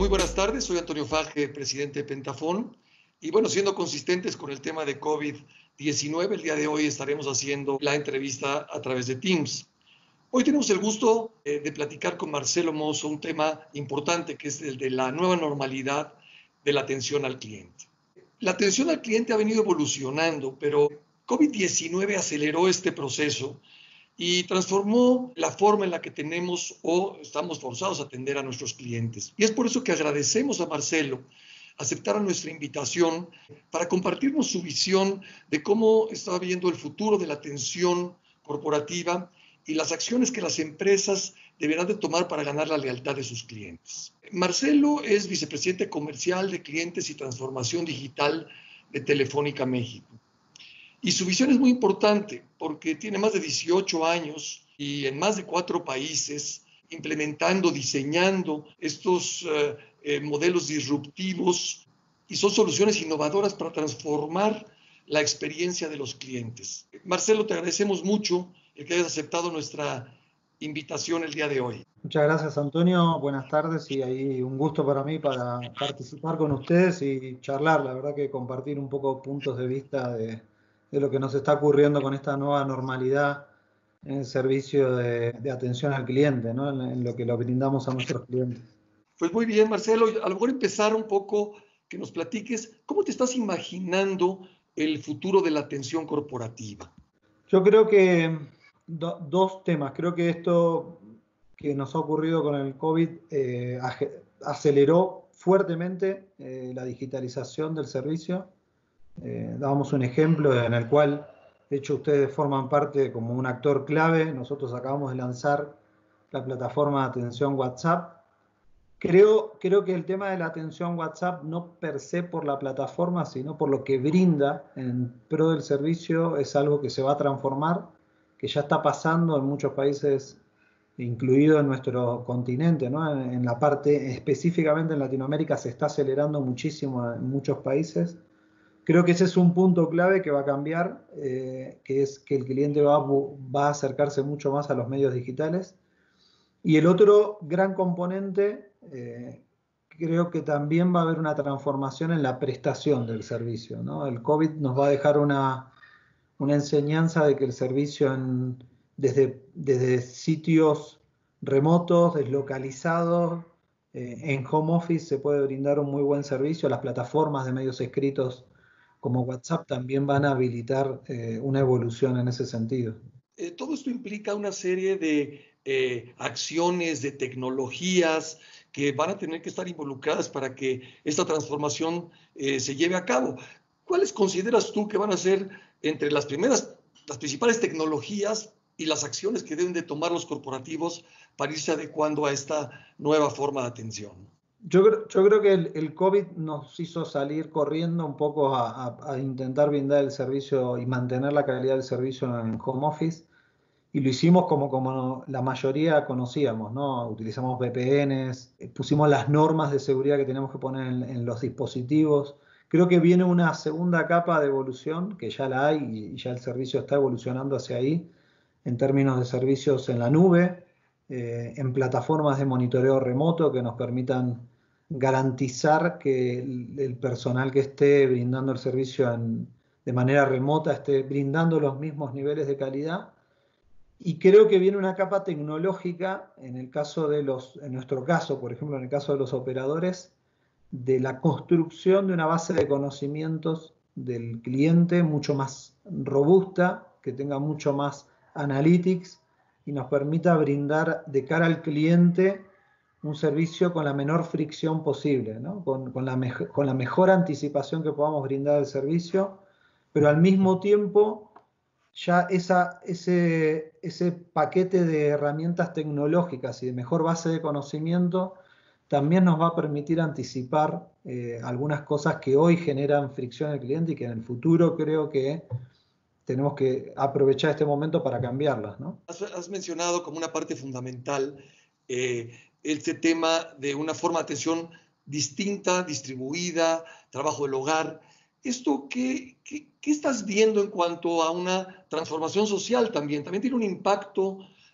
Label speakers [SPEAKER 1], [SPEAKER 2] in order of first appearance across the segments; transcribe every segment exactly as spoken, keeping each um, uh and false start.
[SPEAKER 1] Muy buenas tardes, soy Antonio Faje, presidente de Pentafón. Y bueno, siendo consistentes con el tema de COVID diecinueve, el día de hoy estaremos haciendo la entrevista a través de Teams. Hoy tenemos el gusto eh, de platicar con Marcelo Mozo un tema importante que es el de la nueva normalidad de la atención al cliente. La atención al cliente ha venido evolucionando, pero COVID diecinueve aceleró este proceso y transformó la forma en la que tenemos o estamos forzados a atender a nuestros clientes. Y es por eso que agradecemos a Marcelo aceptar nuestra invitación para compartirnos su visión de cómo está viendo el futuro de la atención corporativa y las acciones que las empresas deberán de tomar para ganar la lealtad de sus clientes. Marcelo es vicepresidente comercial de clientes y transformación digital de Telefónica México. Y su visión es muy importante porque tiene más de dieciocho años y en más de cuatro países implementando, diseñando estos eh, eh, modelos disruptivos y son soluciones innovadoras para transformar la experiencia de los clientes. Marcelo, te agradecemos mucho el que hayas aceptado nuestra invitación el día de hoy.
[SPEAKER 2] Muchas gracias, Antonio. Buenas tardes y ahí un gusto para mí para participar con ustedes y charlar. La verdad que compartir un poco puntos de vista de, de lo que nos está ocurriendo con esta nueva normalidad en el servicio de, de atención al cliente, ¿no? en, en lo que lo brindamos a nuestros clientes.
[SPEAKER 1] Pues muy bien, Marcelo. A lo mejor empezar un poco, que nos platiques, ¿cómo te estás imaginando el futuro de la atención corporativa?
[SPEAKER 2] Yo creo que do, dos temas. Creo que esto que nos ha ocurrido con el COVID eh, aceleró fuertemente eh, la digitalización del servicio. Eh, dábamos un ejemplo en el cual, de hecho, ustedes forman parte como un actor clave. Nosotros acabamos de lanzar la plataforma de atención WhatsApp. Creo, creo que el tema de la atención WhatsApp, no per se por la plataforma, sino por lo que brinda en pro del servicio, es algo que se va a transformar, que ya está pasando en muchos países, incluido en nuestro continente, ¿no? En, en la parte, específicamente en Latinoamérica, se está acelerando muchísimo en muchos países. Creo que ese es un punto clave que va a cambiar, eh, que es que el cliente va, va a acercarse mucho más a los medios digitales. Y el otro gran componente, eh, creo que también va a haber una transformación en la prestación del servicio, ¿no? El COVID nos va a dejar una, una enseñanza de que el servicio en, desde, desde sitios remotos, deslocalizados, eh, en home office se puede brindar un muy buen servicio. Las plataformas de medios escritos como WhatsApp también van a habilitar eh, una evolución en ese sentido.
[SPEAKER 1] Eh, todo esto implica una serie de eh, acciones, de tecnologías que van a tener que estar involucradas para que esta transformación eh, se lleve a cabo. ¿Cuáles consideras tú que van a ser entre las primeras, las principales tecnologías y las acciones que deben de tomar los corporativos para irse adecuando a esta nueva forma de atención?
[SPEAKER 2] Yo creo, yo creo que el, el COVID nos hizo salir corriendo un poco a, a, a intentar brindar el servicio y mantener la calidad del servicio en home office, y lo hicimos como, como la mayoría conocíamos, ¿no? Utilizamos V P Ns, pusimos las normas de seguridad que tenemos que poner en, en los dispositivos. Creo que viene una segunda capa de evolución, que ya la hay y ya el servicio está evolucionando hacia ahí, en términos de servicios en la nube, eh, en plataformas de monitoreo remoto que nos permitan garantizar que el, el personal que esté brindando el servicio en, de manera remota esté brindando los mismos niveles de calidad. Y creo que viene una capa tecnológica, en el caso de los, en nuestro caso, por ejemplo, en el caso de los operadores, de la construcción de una base de conocimientos del cliente mucho más robusta, que tenga mucho más analytics y nos permita brindar de cara al cliente un servicio con la menor fricción posible, ¿no? con, con, la con la mejor anticipación que podamos brindar el servicio, pero al mismo tiempo ya esa, ese, ese paquete de herramientas tecnológicas y de mejor base de conocimiento también nos va a permitir anticipar eh, algunas cosas que hoy generan fricción al cliente y que en el futuro creo que tenemos que aprovechar este momento para cambiarlas, ¿no?
[SPEAKER 1] Has, has mencionado como una parte fundamental eh, este tema de una forma de atención distinta, distribuida, trabajo del hogar. ¿Esto qué, qué, qué estás viendo en cuanto a una transformación social también? También tiene un impacto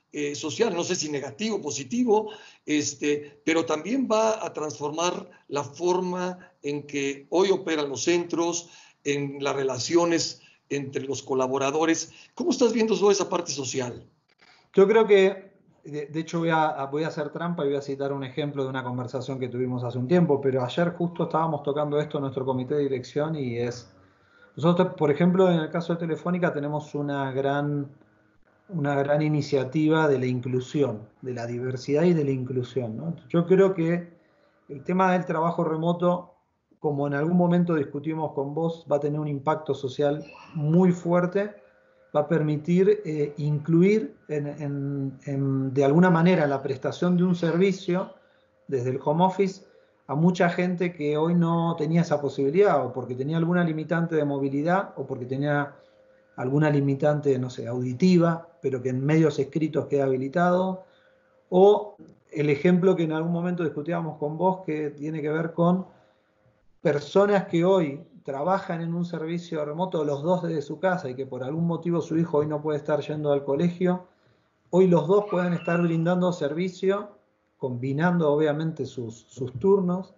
[SPEAKER 1] eh, social, no sé si negativo o positivo, este, pero también va a transformar la forma en que hoy operan los centros, en las relaciones entre los colaboradores. ¿Cómo estás viendo toda esa parte social?
[SPEAKER 2] Yo creo que, de, de hecho voy a, voy a hacer trampa y voy a citar un ejemplo de una conversación que tuvimos hace un tiempo, pero ayer justo estábamos tocando esto en nuestro comité de dirección y es, nosotros, por ejemplo, en el caso de Telefónica tenemos una gran, una gran iniciativa de la inclusión, de la diversidad y de la inclusión, ¿no? Yo creo que el tema del trabajo remoto, como en algún momento discutimos con vos, va a tener un impacto social muy fuerte, va a permitir eh, incluir en, en, en, de alguna manera la prestación de un servicio desde el home office a mucha gente que hoy no tenía esa posibilidad, o porque tenía alguna limitante de movilidad, o porque tenía alguna limitante, no sé, auditiva, pero que en medios escritos queda habilitado, o el ejemplo que en algún momento discutíamos con vos, que tiene que ver con personas que hoy trabajan en un servicio remoto, los dos desde su casa, y que por algún motivo su hijo hoy no puede estar yendo al colegio, hoy los dos pueden estar brindando servicio, combinando obviamente sus, sus turnos,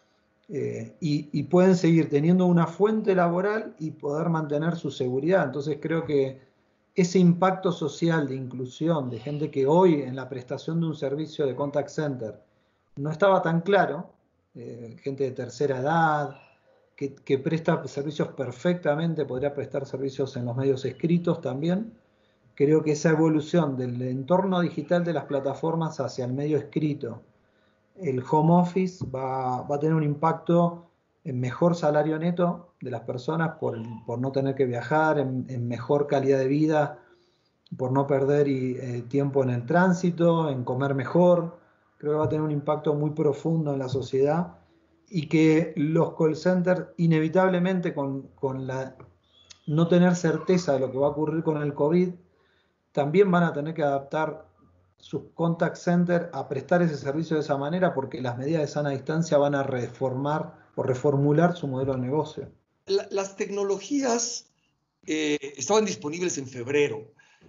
[SPEAKER 2] eh, y, y pueden seguir teniendo una fuente laboral y poder mantener su seguridad. Entonces creo que ese impacto social de inclusión de gente que hoy en la prestación de un servicio de contact center no estaba tan claro, eh, gente de tercera edad, que, que presta servicios perfectamente, podría prestar servicios en los medios escritos también. Creo que esa evolución del entorno digital de las plataformas hacia el medio escrito, el home office, va, va a tener un impacto en mejor salario neto de las personas por, por no tener que viajar, en, en mejor calidad de vida, por no perder y, eh, tiempo en el tránsito, en comer mejor. Creo que va a tener un impacto muy profundo en la sociedad y que los call centers inevitablemente con, con la no tener certeza de lo que va a ocurrir con el COVID, también van a tener que adaptar sus contact centers a prestar ese servicio de esa manera porque las medidas de sana distancia van a reformar o reformular su modelo de negocio.
[SPEAKER 1] La, las tecnologías eh, estaban disponibles en febrero,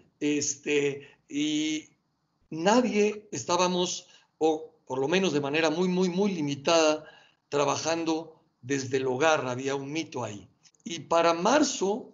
[SPEAKER 1] este, y nadie estábamos, o por lo menos de manera muy, muy, muy limitada, trabajando desde el hogar. Había un mito ahí. Y para marzo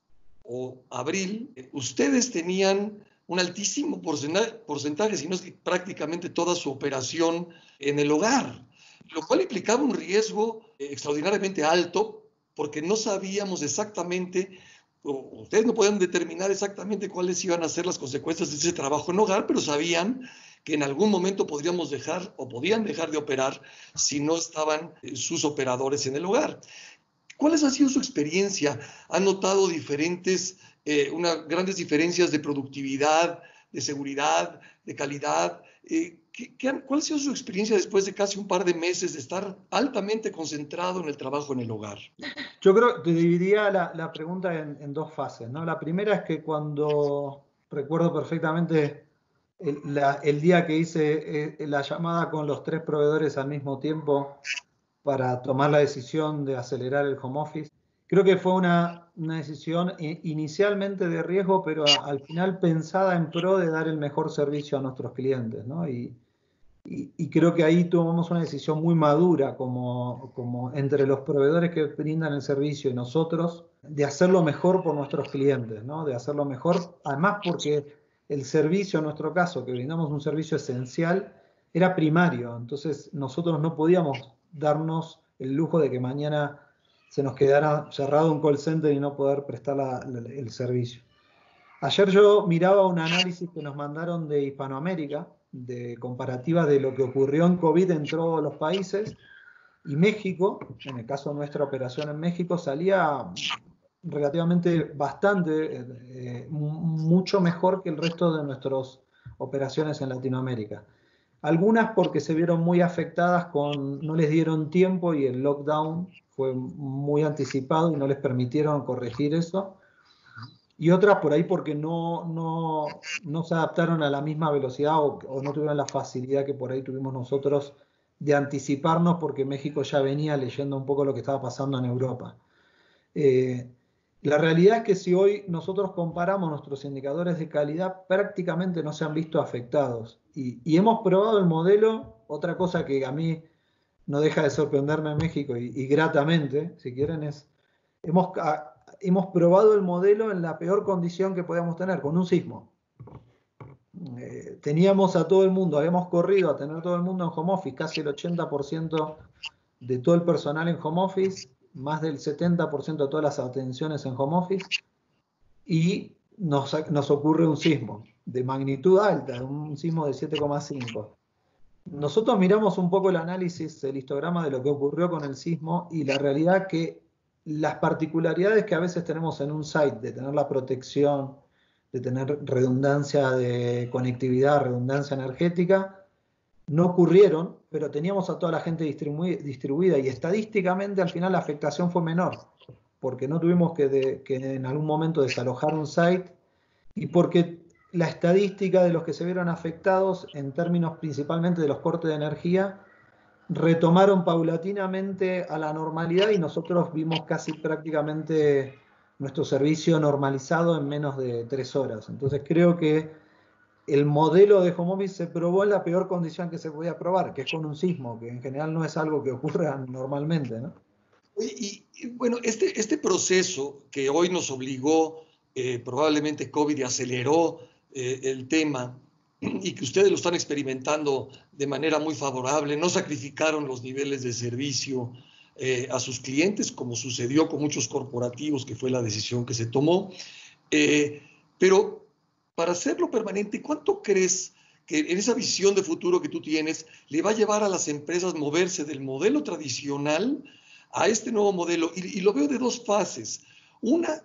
[SPEAKER 1] o abril, ustedes tenían un altísimo porcentaje, si no es que prácticamente toda su operación en el hogar, lo cual implicaba un riesgo extraordinariamente alto, porque no sabíamos exactamente, o ustedes no podían determinar exactamente cuáles iban a ser las consecuencias de ese trabajo en hogar, pero sabían que en algún momento podríamos dejar o podían dejar de operar si no estaban sus operadores en el hogar. ¿Cuál ha sido su experiencia? ¿Han notado diferentes, eh, una, grandes diferencias de productividad, de seguridad, de calidad? Eh, ¿qué, qué han, ¿Cuál ha sido su experiencia después de casi un par de meses de estar altamente concentrado en el trabajo en el hogar?
[SPEAKER 2] Yo creo que dividiría la, la pregunta en, en dos fases, ¿no? La primera es que cuando recuerdo perfectamente el, la, el día que hice eh, la llamada con los tres proveedores al mismo tiempo para tomar la decisión de acelerar el home office. Creo que fue una, una decisión inicialmente de riesgo, pero al final pensada en pro de dar el mejor servicio a nuestros clientes, ¿no? Y, y, y creo que ahí tomamos una decisión muy madura como, como entre los proveedores que brindan el servicio y nosotros, de hacerlo mejor por nuestros clientes, ¿no? De hacerlo mejor, además porque el servicio, en nuestro caso, que brindamos un servicio esencial, era primario, entonces nosotros no podíamos darnos el lujo de que mañana se nos quedara cerrado un call center y no poder prestar la, la, el servicio. Ayer yo miraba un análisis que nos mandaron de Hispanoamérica, de comparativa de lo que ocurrió en COVID en todos los países, y México, en el caso de nuestra operación en México, salía relativamente bastante, eh, mucho mejor que el resto de nuestras operaciones en Latinoamérica. Algunas porque se vieron muy afectadas con, no les dieron tiempo y el lockdown fue muy anticipado y no les permitieron corregir eso. Y otras por ahí porque no, no, no se adaptaron a la misma velocidad o, o no tuvieron la facilidad que por ahí tuvimos nosotros de anticiparnos porque México ya venía leyendo un poco lo que estaba pasando en Europa. Eh, La realidad es que si hoy nosotros comparamos nuestros indicadores de calidad, prácticamente no se han visto afectados. Y, y hemos probado el modelo, otra cosa que a mí no deja de sorprenderme en México y, y gratamente, si quieren, es, hemos, a, hemos probado el modelo en la peor condición que podíamos tener, con un sismo. Eh, teníamos a todo el mundo, habíamos corrido a tener todo el mundo en home office, casi el ochenta por ciento de todo el personal en home office, más del setenta por ciento de todas las atenciones en home office, y nos, nos ocurre un sismo de magnitud alta, un sismo de siete coma cinco. Nosotros miramos un poco el análisis, el histograma de lo que ocurrió con el sismo, y la realidad que las particularidades que a veces tenemos en un site, de tener la protección, de tener redundancia de conectividad, redundancia energética, no ocurrieron, pero teníamos a toda la gente distribu distribuida y estadísticamente al final la afectación fue menor, porque no tuvimos que, de, que en algún momento desalojar un site y porque la estadística de los que se vieron afectados en términos principalmente de los cortes de energía retomaron paulatinamente a la normalidad y nosotros vimos casi prácticamente nuestro servicio normalizado en menos de tres horas. Entonces creo que el modelo de home office se probó en la peor condición que se podía probar, que es con un sismo, que en general no es algo que ocurra normalmente, ¿no?
[SPEAKER 1] Y, y bueno, este, este proceso que hoy nos obligó, eh, probablemente COVID, y aceleró eh, el tema, y que ustedes lo están experimentando de manera muy favorable, no sacrificaron los niveles de servicio eh, a sus clientes, como sucedió con muchos corporativos, que fue la decisión que se tomó. Eh, pero para hacerlo permanente, ¿cuánto crees que en esa visión de futuro que tú tienes le va a llevar a las empresas moverse del modelo tradicional a este nuevo modelo? Y, y lo veo de dos fases. Una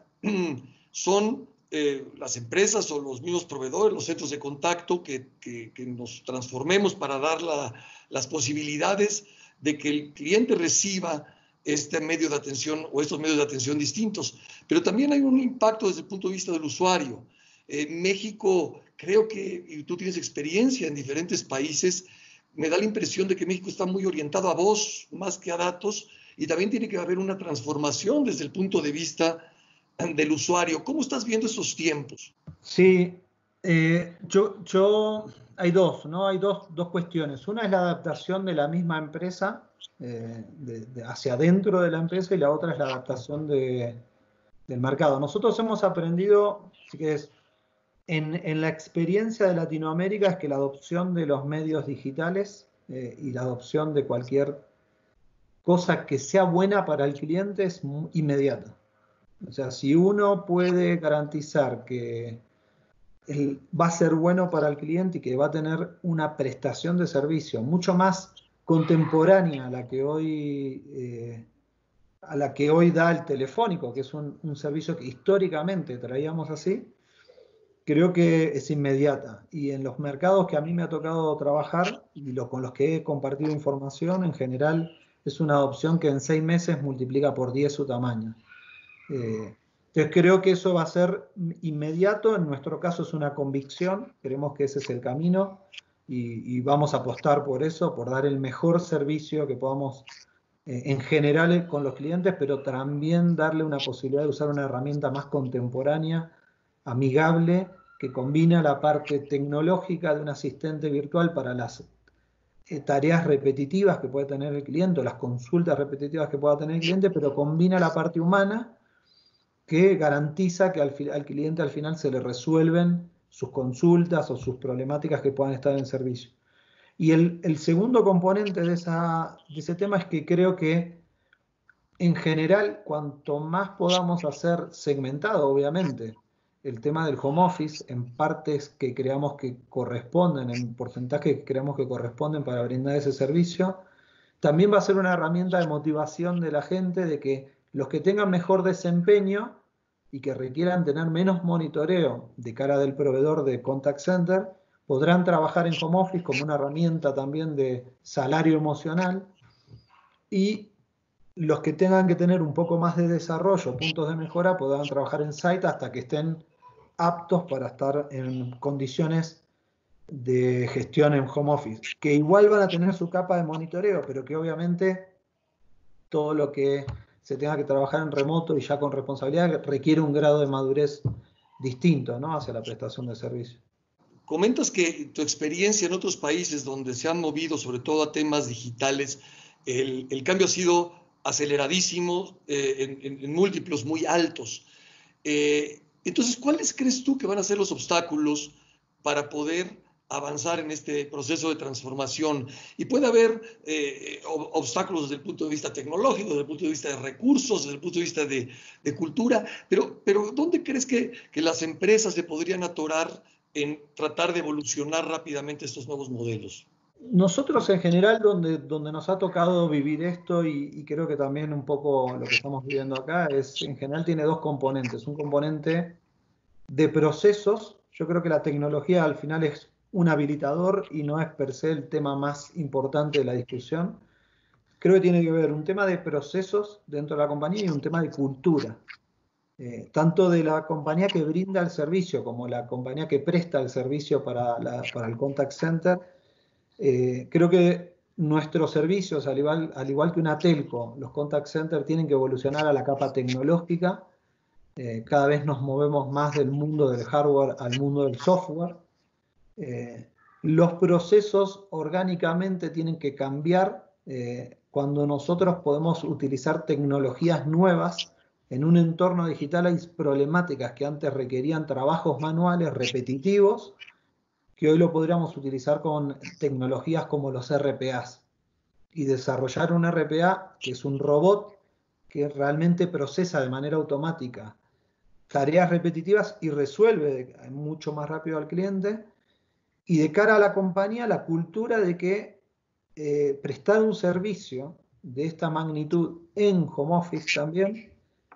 [SPEAKER 1] son eh, las empresas o los mismos proveedores, los centros de contacto, que, que, que nos transformemos para dar la, las posibilidades de que el cliente reciba este medio de atención o estos medios de atención distintos. Pero también hay un impacto desde el punto de vista del usuario. Eh, México, creo que, y tú tienes experiencia en diferentes países, me da la impresión de que México está muy orientado a voz más que a datos, y también tiene que haber una transformación desde el punto de vista del usuario. ¿Cómo estás viendo estos tiempos?
[SPEAKER 2] Sí, eh, yo, yo, hay dos, ¿no? Hay dos, dos cuestiones. Una es la adaptación de la misma empresa eh, de, de hacia adentro de la empresa, y la otra es la adaptación de, del mercado. Nosotros hemos aprendido, si querés, en, en la experiencia de Latinoamérica, es que la adopción de los medios digitales eh, y la adopción de cualquier cosa que sea buena para el cliente es inmediata. O sea, si uno puede garantizar que el, va a ser bueno para el cliente y que va a tener una prestación de servicio mucho más contemporánea a la que hoy, eh, a la que hoy da el telefónico, que es un, un servicio que históricamente traíamos así, creo que es inmediata. Y en los mercados que a mí me ha tocado trabajar y lo, con los que he compartido información, en general es una adopción que en seis meses multiplica por diez su tamaño. Eh, entonces creo que eso va a ser inmediato. En nuestro caso es una convicción, creemos que ese es el camino y, y vamos a apostar por eso, por dar el mejor servicio que podamos eh, en general con los clientes, pero también darle una posibilidad de usar una herramienta más contemporánea, amigable, que combina la parte tecnológica de un asistente virtual para las eh, tareas repetitivas que puede tener el cliente, o las consultas repetitivas que pueda tener el cliente, pero combina la parte humana que garantiza que al, al cliente al final se le resuelven sus consultas o sus problemáticas que puedan estar en servicio. Y el, el segundo componente de, esa, de ese tema es que creo que en general, cuanto más podamos hacer segmentado, obviamente, el tema del home office en partes que creamos que corresponden, en porcentajes que creamos que corresponden para brindar ese servicio, también va a ser una herramienta de motivación de la gente, de que los que tengan mejor desempeño y que requieran tener menos monitoreo de cara del proveedor de contact center, podrán trabajar en home office como una herramienta también de salario emocional, y los que tengan que tener un poco más de desarrollo, puntos de mejora, podrán trabajar en site hasta que estén aptos para estar en condiciones de gestión en home office, que igual van a tener su capa de monitoreo, pero que obviamente todo lo que se tenga que trabajar en remoto y ya con responsabilidad, requiere un grado de madurez distinto, ¿no?, hacia la prestación de servicio.
[SPEAKER 1] Comentas que tu experiencia en otros países donde se han movido sobre todo a temas digitales, el, el cambio ha sido aceleradísimo, eh, en, en, en múltiplos muy altos. Eh, entonces, ¿cuáles crees tú que van a ser los obstáculos para poder avanzar en este proceso de transformación? Y puede haber eh, obstáculos desde el punto de vista tecnológico, desde el punto de vista de recursos, desde el punto de vista de, de cultura, pero, pero ¿dónde crees que, que las empresas se podrían atorar en tratar de evolucionar rápidamente estos nuevos modelos?
[SPEAKER 2] Nosotros en general, donde, donde nos ha tocado vivir esto, y, y creo que también un poco lo que estamos viviendo acá, es en general tiene dos componentes. Un componente de procesos. Yo creo que la tecnología al final es un habilitador y no es per se el tema más importante de la discusión. Creo que tiene que ver un tema de procesos dentro de la compañía y un tema de cultura. Eh, tanto de la compañía que brinda el servicio como la compañía que presta el servicio para, la, para el contact center. Eh, creo que nuestros servicios, al igual, al igual que una telco, los contact centers tienen que evolucionar a la capa tecnológica. Eh, cada vez nos movemos más del mundo del hardware al mundo del software. Eh, los procesos orgánicamente tienen que cambiar eh, cuando nosotros podemos utilizar tecnologías nuevas. En un entorno digital hay problemáticas que antes requerían trabajos manuales repetitivos, que hoy lo podríamos utilizar con tecnologías como los R P As. Y desarrollar un R P A, que es un robot que realmente procesa de manera automática tareas repetitivas y resuelve mucho más rápido al cliente. Y de cara a la compañía, la cultura de que eh, prestar un servicio de esta magnitud en home office también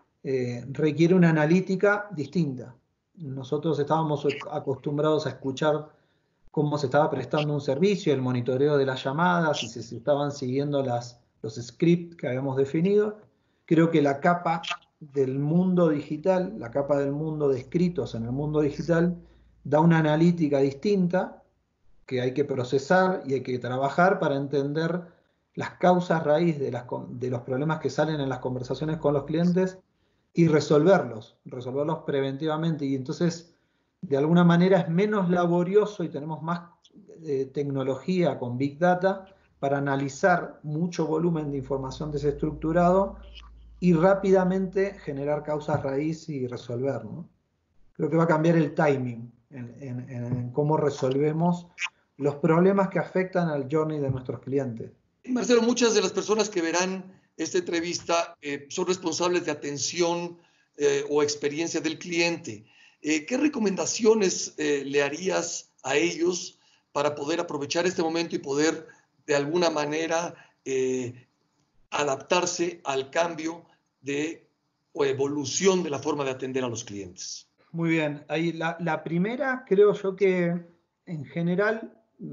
[SPEAKER 2] eh, requiere una analítica distinta. Nosotros estábamos acostumbrados a escuchar cómo se estaba prestando un servicio, el monitoreo de las llamadas, y si se estaban siguiendo las, los scripts que habíamos definido. Creo que la capa del mundo digital, la capa del mundo de escritos en el mundo digital, da una analítica distinta que hay que procesar y hay que trabajar para entender las causas raíz de, las, de los problemas que salen en las conversaciones con los clientes y resolverlos, resolverlos preventivamente. Y entonces, de alguna manera, es menos laborioso y tenemos más eh, tecnología con Big Data para analizar mucho volumen de información desestructurado y rápidamente generar causas raíz y resolver, ¿no? Creo que va a cambiar el timing en, en, en cómo resolvemos los problemas que afectan al journey de nuestros clientes.
[SPEAKER 1] Marcelo, muchas de las personas que verán esta entrevista eh, son responsables de atención eh, o experiencia del cliente. Eh, ¿Qué recomendaciones eh, le harías a ellos para poder aprovechar este momento y poder de alguna manera eh, adaptarse al cambio de o evolución de la forma de atender a los clientes?
[SPEAKER 2] Muy bien. Ahí la, la primera, creo yo que en general,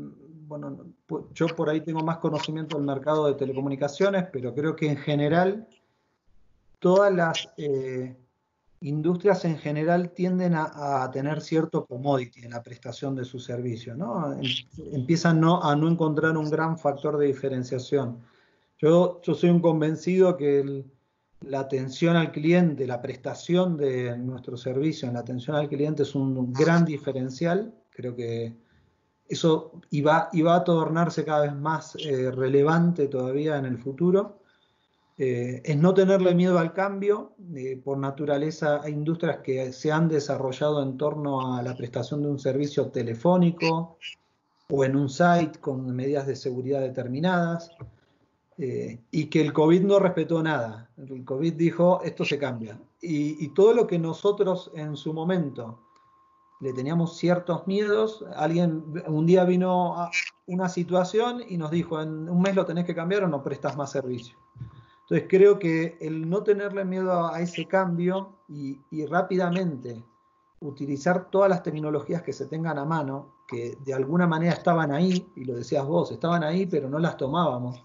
[SPEAKER 2] bueno, yo por ahí tengo más conocimiento del mercado de telecomunicaciones, pero creo que en general todas las eh, industrias en general tienden a, a tener cierto commodity en la prestación de su servicio, ¿no? Empiezan no, a no encontrar un gran factor de diferenciación. Yo, yo soy un convencido que el, la atención al cliente, la prestación de nuestro servicio en la atención al cliente es un gran diferencial. Creo que eso iba, iba a tornarse cada vez más eh, relevante todavía en el futuro. Eh, es no tenerle miedo al cambio. Eh, por naturaleza hay industrias que se han desarrollado en torno a la prestación de un servicio telefónico o en un site con medidas de seguridad determinadas. Eh, y que el COVID no respetó nada. El COVID dijo, esto se cambia. Y, y todo lo que nosotros en su momento le teníamos ciertos miedos, alguien un día vino a una situación y nos dijo, en un mes lo tenés que cambiar o no prestas más servicio. Entonces creo que el no tenerle miedo a ese cambio y, y rápidamente utilizar todas las tecnologías que se tengan a mano, que de alguna manera estaban ahí, y lo decías vos, estaban ahí pero no las tomábamos.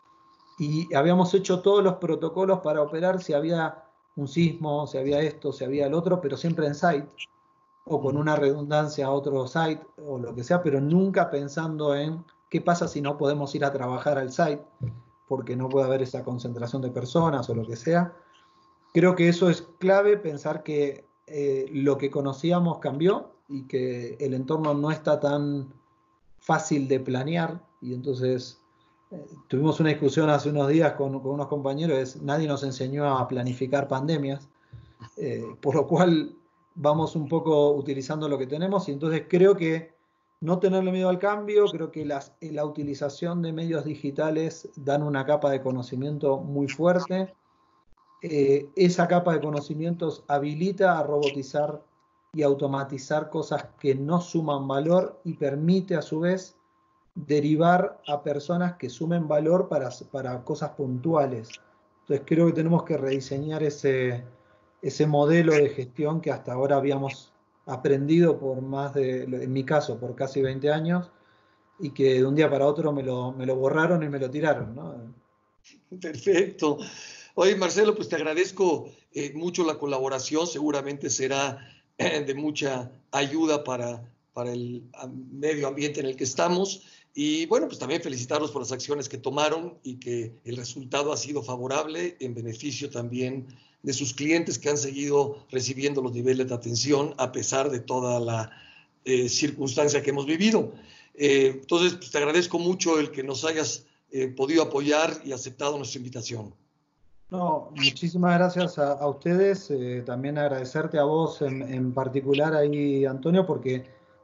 [SPEAKER 2] Y habíamos hecho todos los protocolos para operar si había un sismo, si había esto, si había el otro, pero siempre en site, o con una redundancia a otro site, o lo que sea, pero nunca pensando en qué pasa si no podemos ir a trabajar al site. porque no puede haber esa concentración de personas o lo que sea. Creo que eso es clave, pensar que eh, lo que conocíamos cambió y que el entorno no está tan fácil de planear, y entonces eh, tuvimos una discusión hace unos días con, con unos compañeros, es, nadie nos enseñó a planificar pandemias, eh, por lo cual vamos un poco utilizando lo que tenemos, y entonces creo que no tenerle miedo al cambio, creo que las, la utilización de medios digitales dan una capa de conocimiento muy fuerte. Eh, esa capa de conocimientos habilita a robotizar y automatizar cosas que no suman valor y permite a su vez derivar a personas que sumen valor para, para cosas puntuales. Entonces creo que tenemos que rediseñar ese, ese modelo de gestión que hasta ahora habíamos aprendido por más de, en mi caso, por casi veinte años, y que de un día para otro me lo, me lo borraron y me lo tiraron, ¿no?
[SPEAKER 1] Perfecto. Oye, Marcelo, pues te agradezco eh, mucho la colaboración, seguramente será eh, de mucha ayuda para, para el medio ambiente en el que estamos. Y bueno, pues también felicitarlos por las acciones que tomaron y que el resultado ha sido favorable en beneficio también de sus clientes que han seguido recibiendo los niveles de atención a pesar de toda la eh, circunstancia que hemos vivido. Eh, entonces, pues te agradezco mucho el que nos hayas eh, podido apoyar y aceptado nuestra invitación.
[SPEAKER 2] No, muchísimas gracias a, a ustedes, eh, también agradecerte a vos en, en particular ahí, Antonio, porque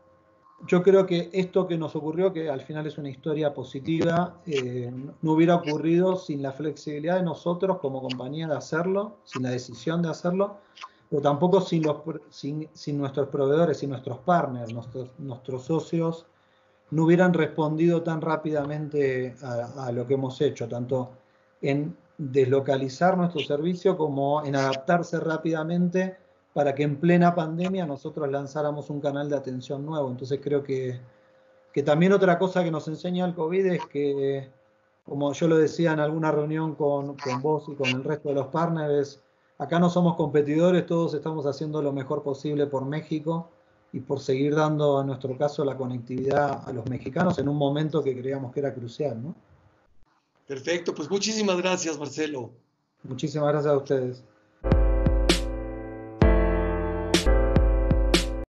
[SPEAKER 2] yo creo que esto que nos ocurrió, que al final es una historia positiva, eh, no hubiera ocurrido sin la flexibilidad de nosotros como compañía de hacerlo, sin la decisión de hacerlo, pero tampoco sin, los, sin, sin nuestros proveedores y nuestros partners, nuestros, nuestros socios, no hubieran respondido tan rápidamente a, a lo que hemos hecho, tanto en deslocalizar nuestro servicio como en adaptarse rápidamente para que en plena pandemia nosotros lanzáramos un canal de atención nuevo. Entonces creo que, que también otra cosa que nos enseña el COVID es que, como yo lo decía en alguna reunión con, con vos y con el resto de los partners, acá no somos competidores, todos estamos haciendo lo mejor posible por México y por seguir dando, en nuestro caso, la conectividad a los mexicanos en un momento que creíamos que era crucial, ¿no?
[SPEAKER 1] Perfecto, pues muchísimas gracias, Marcelo.
[SPEAKER 2] Muchísimas gracias a ustedes.